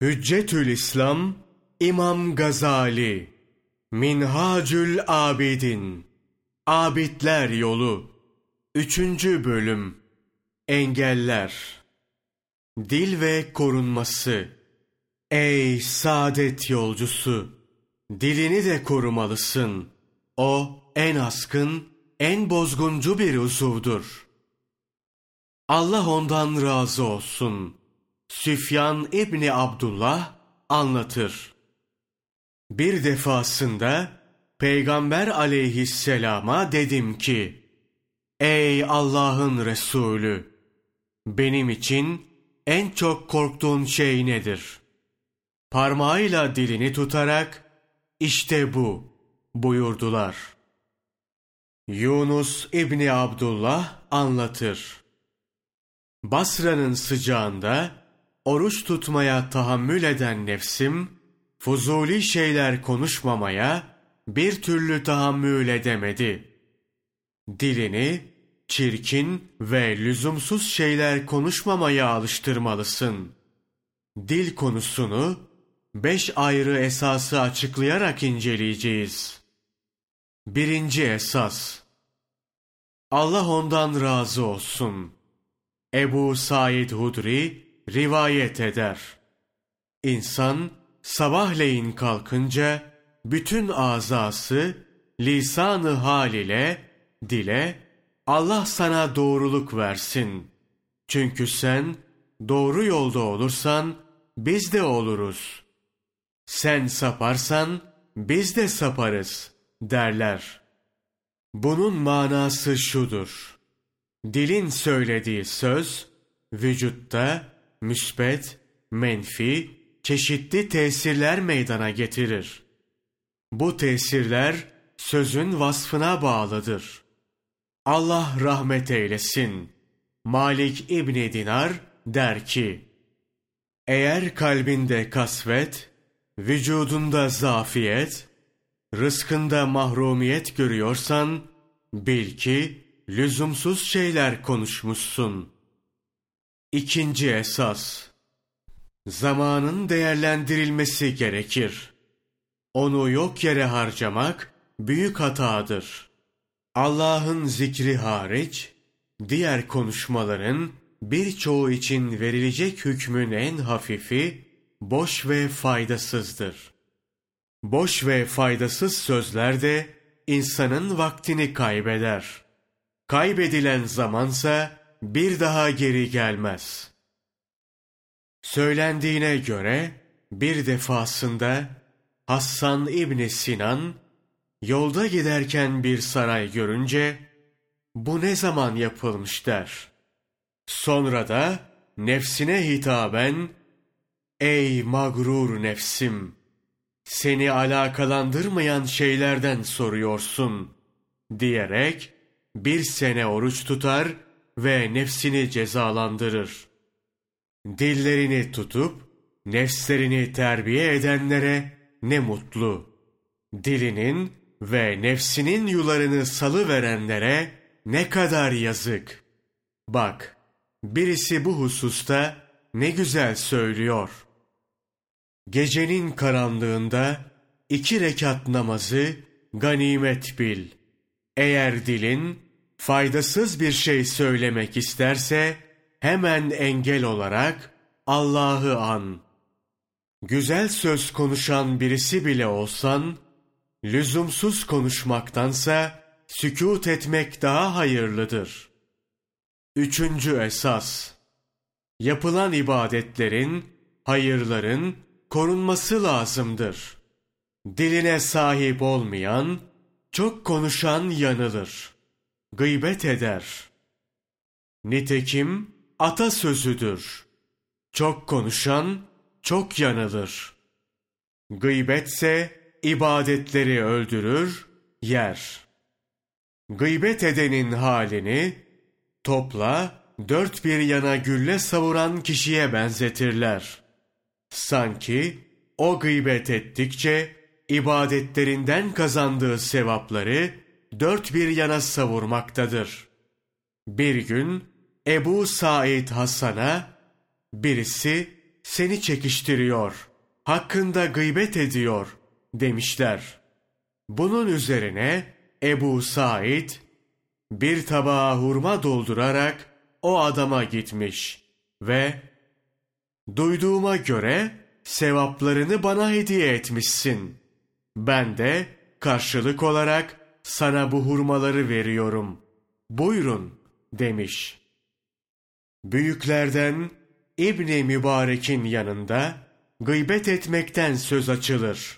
Hüccetül İslam İmam Gazali Minhacül Abidin Abidler Yolu 3. Bölüm Engeller Dil ve korunması. Ey saadet yolcusu! Dilini de korumalısın. O en askın, en bozguncu bir uzuvdur. Allah ondan razı olsun. Süfyan İbni Abdullah anlatır. Bir defasında Peygamber aleyhisselama dedim ki, ey Allah'ın Resulü! Benim için en çok korktuğun şey nedir? Parmağıyla dilini tutarak, işte bu buyurdular. Yunus İbni Abdullah anlatır. Basra'nın sıcağında oruç tutmaya tahammül eden nefsim, fuzuli şeyler konuşmamaya bir türlü tahammül edemedi. Dilini çirkin ve lüzumsuz şeyler konuşmamaya alıştırmalısın. Dil konusunu 5 ayrı esası açıklayarak inceleyeceğiz. 1. esas. Allah ondan razı olsun. Ebu Said Hudri rivayet eder. İnsan sabahleyin kalkınca bütün azası lisan-ı hal ile dile Allah sana doğruluk versin. Çünkü sen doğru yolda olursan biz de oluruz. Sen saparsan biz de saparız derler. Bunun manası şudur. Dilin söylediği söz, vücutta müsbet, menfi, çeşitli tesirler meydana getirir. Bu tesirler sözün vasfına bağlıdır. Allah rahmet eylesin. Malik İbni Dinar der ki, eğer kalbinde kasvet, vücudunda zafiyet, rızkında mahrumiyet görüyorsan, bil ki lüzumsuz şeyler konuşmuşsun. 2. esas. Zamanın değerlendirilmesi gerekir. Onu yok yere harcamak büyük hatadır. Allah'ın zikri hariç, diğer konuşmaların birçoğu için verilecek hükmün en hafifi, boş ve faydasızdır. Boş ve faydasız sözler de insanın vaktini kaybeder. Kaybedilen zamansa bir daha geri gelmez. Söylendiğine göre bir defasında Hassan İbni Sinan yolda giderken bir saray görünce bu ne zaman yapılmış der. Sonra da nefsine hitaben ey mağrur nefsim! Seni alakalandırmayan şeylerden soruyorsun diyerek 1 sene oruç tutar ve nefsini cezalandırır. Dillerini tutup nefslerini terbiye edenlere ne mutlu. Dilinin ve nefsinin yularını salıverenlere ne kadar yazık. Bak, birisi bu hususta ne güzel söylüyor. Gecenin karanlığında 2 rekat namazı ganimet bil. Eğer dilin faydasız bir şey söylemek isterse hemen engel olarak Allah'ı an. Güzel söz konuşan birisi bile olsan, lüzumsuz konuşmaktansa sükût etmek daha hayırlıdır. 3. esas. Yapılan ibadetlerin, hayırların korunması lazımdır. Diline sahip olmayan, çok konuşan yanılır. Gıybet eder. Nitekim atasözüdür. Çok konuşan çok yanılır. Gıybetse ibadetleri öldürür, yer. Gıybet edenin halini topla 4 bir yana gülle savuran kişiye benzetirler. Sanki o gıybet ettikçe ibadetlerinden kazandığı sevapları 4 bir yana savurmaktadır. Bir gün Ebu Said Hasan'a birisi seni çekiştiriyor, hakkında gıybet ediyor demişler. Bunun üzerine Ebu Said bir tabağa hurma doldurarak o adama gitmiş ve duyduğuma göre sevaplarını bana hediye etmişsin. Ben de karşılık olarak sana bu hurmaları veriyorum. Buyurun demiş. Büyüklerden İbn-i Mübarek'in yanında gıybet etmekten söz açılır.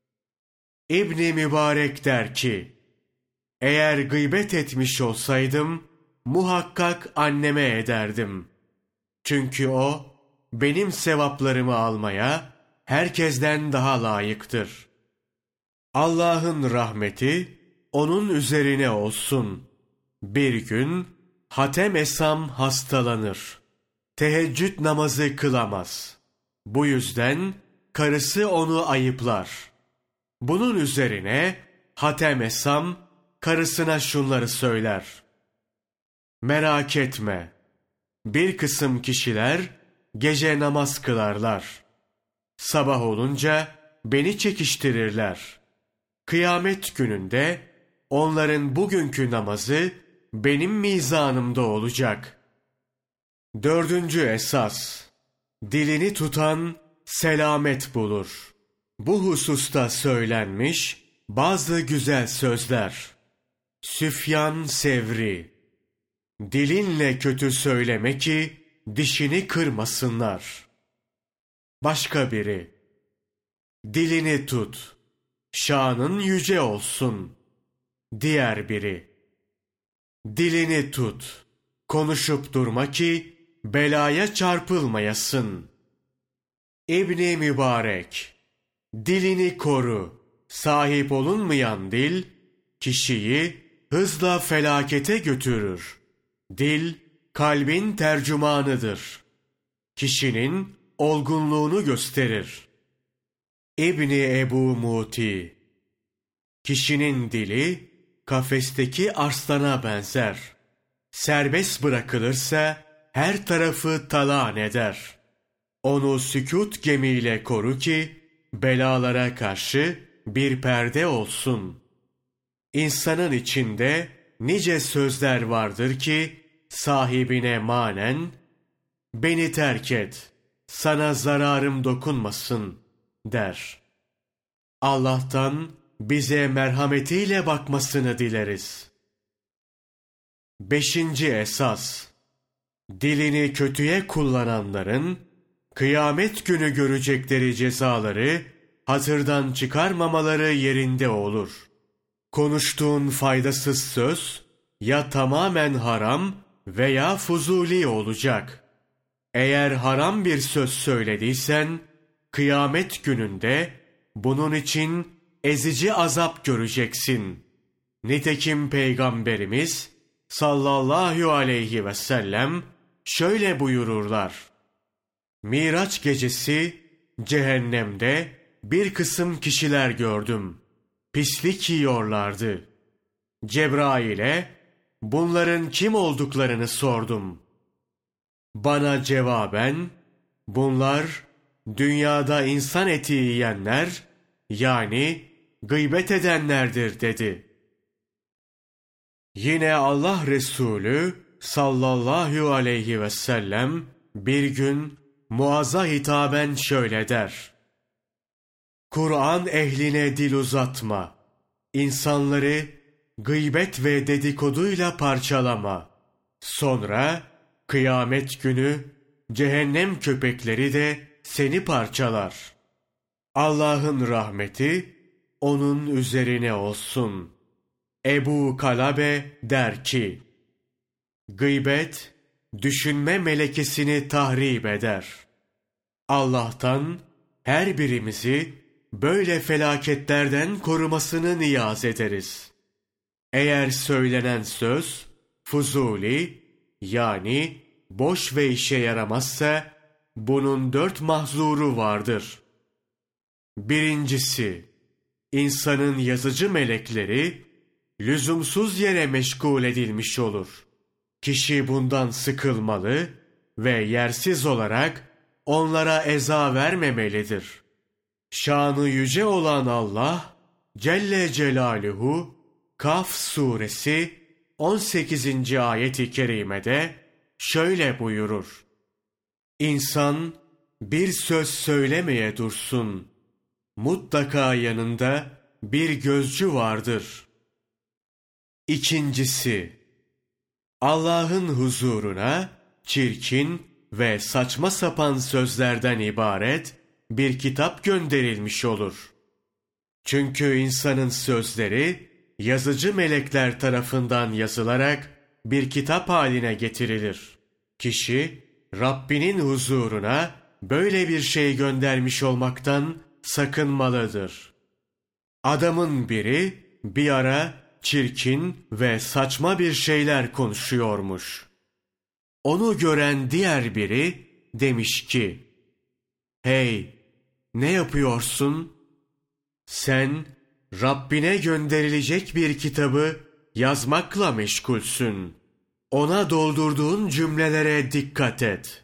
İbn-i Mübarek der ki, eğer gıybet etmiş olsaydım, muhakkak anneme ederdim. Çünkü o, benim sevaplarımı almaya herkesten daha layıktır. Allah'ın rahmeti onun üzerine olsun. Bir gün Hatem Esam hastalanır. Teheccüd namazı kılamaz. Bu yüzden karısı onu ayıplar. Bunun üzerine Hatem Esam karısına şunları söyler. Merak etme. Bir kısım kişiler gece namaz kılarlar. Sabah olunca beni çekiştirirler. Kıyamet gününde onların bugünkü namazı benim mizanımda olacak. 4. esas. Dilini tutan selamet bulur. Bu hususta söylenmiş bazı güzel sözler. Süfyan Sevri: dilinle kötü söyleme ki dişini kırmasınlar. Başka biri: dilini tut, şanın yüce olsun. Diğer biri: dilini tut, konuşup durma ki belaya çarpılmayasın. İbn-i Mübarek: dilini koru, sahip olunmayan dil, kişiyi hızla felakete götürür. Dil, kalbin tercümanıdır. Kişinin olgunluğunu gösterir. İbn-i Ebu Muti: kişinin dili, kafesteki arslana benzer. Serbest bırakılırsa, her tarafı talan eder. Onu sükût gemiyle koru ki, belalara karşı bir perde olsun. İnsanın içinde nice sözler vardır ki, sahibine manen, beni terk et, sana zararım dokunmasın der. Allah'tan bize merhametiyle bakmasını dileriz. 5. esas. Dilini kötüye kullananların, kıyamet günü görecekleri cezaları, hatırdan çıkarmamaları yerinde olur. Konuştuğun faydasız söz, ya tamamen haram veya fuzuli olacak. Eğer haram bir söz söylediysen, kıyamet gününde bunun için ezici azap göreceksin. Nitekim Peygamberimiz sallallahu aleyhi ve sellem şöyle buyururlar. Miraç gecesi cehennemde bir kısım kişiler gördüm. Pislik yiyorlardı. Cebrail'e bunların kim olduklarını sordum. Bana cevaben, bunlar dünyada insan eti yiyenler, yani gıybet edenlerdir dedi. Yine Allah Resulü sallallahu aleyhi ve sellem bir gün Muaz'a hitaben şöyle der. Kur'an ehline dil uzatma. İnsanları gıybet ve dedikoduyla parçalama. Sonra kıyamet günü cehennem köpekleri de seni parçalar. Allah'ın rahmeti onun üzerine olsun. Ebu Kalabe der ki, gıybet, düşünme melekesini tahrip eder. Allah'tan her birimizi böyle felaketlerden korumasını niyaz ederiz. Eğer söylenen söz, fuzuli, yani boş ve işe yaramazsa, bunun 4 mahzuru vardır. Birincisi, insanın yazıcı melekleri, lüzumsuz yere meşgul edilmiş olur. Kişi bundan sıkılmalı ve yersiz olarak onlara eza vermemelidir. Şanı yüce olan Allah Celle Celaluhu Kaf suresi 18. ayet-i kerimede şöyle buyurur: İnsan bir söz söylemeye dursun, mutlaka yanında bir gözcü vardır. İkincisi, Allah'ın huzuruna çirkin ve saçma sapan sözlerden ibaret bir kitap gönderilmiş olur. Çünkü insanın sözleri yazıcı melekler tarafından yazılarak bir kitap haline getirilir. Kişi Rabbinin huzuruna böyle bir şey göndermiş olmaktan sakınmalıdır. Adamın biri bir ara çirkin ve saçma bir şeyler konuşuyormuş. Onu gören diğer biri demiş ki, "Hey, ne yapıyorsun? Sen Rabbine gönderilecek bir kitabı yazmakla meşgulsün. Ona doldurduğun cümlelere dikkat et."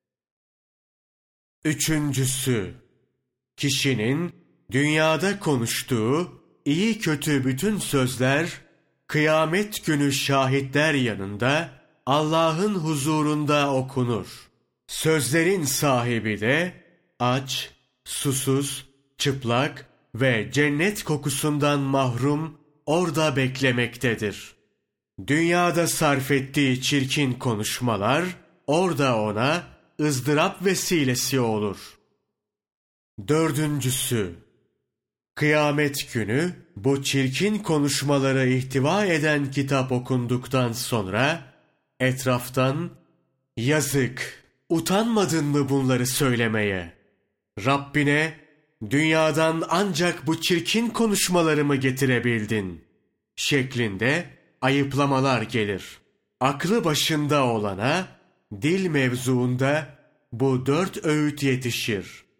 Üçüncüsü, kişinin dünyada konuştuğu iyi kötü bütün sözler, kıyamet günü şahitler yanında Allah'ın huzurunda okunur. Sözlerin sahibi de aç, susuz, çıplak ve cennet kokusundan mahrum orada beklemektedir. Dünyada sarf ettiği çirkin konuşmalar orada ona ızdırap vesilesi olur. Dördüncüsü, kıyamet günü bu çirkin konuşmaları ihtiva eden kitap okunduktan sonra etraftan "Yazık, utanmadın mı bunları söylemeye? Rabbine dünyadan ancak bu çirkin konuşmaları mı getirebildin?" şeklinde ayıplamalar gelir. Aklı başında olana dil mevzuunda bu 4 öğüt yetişir.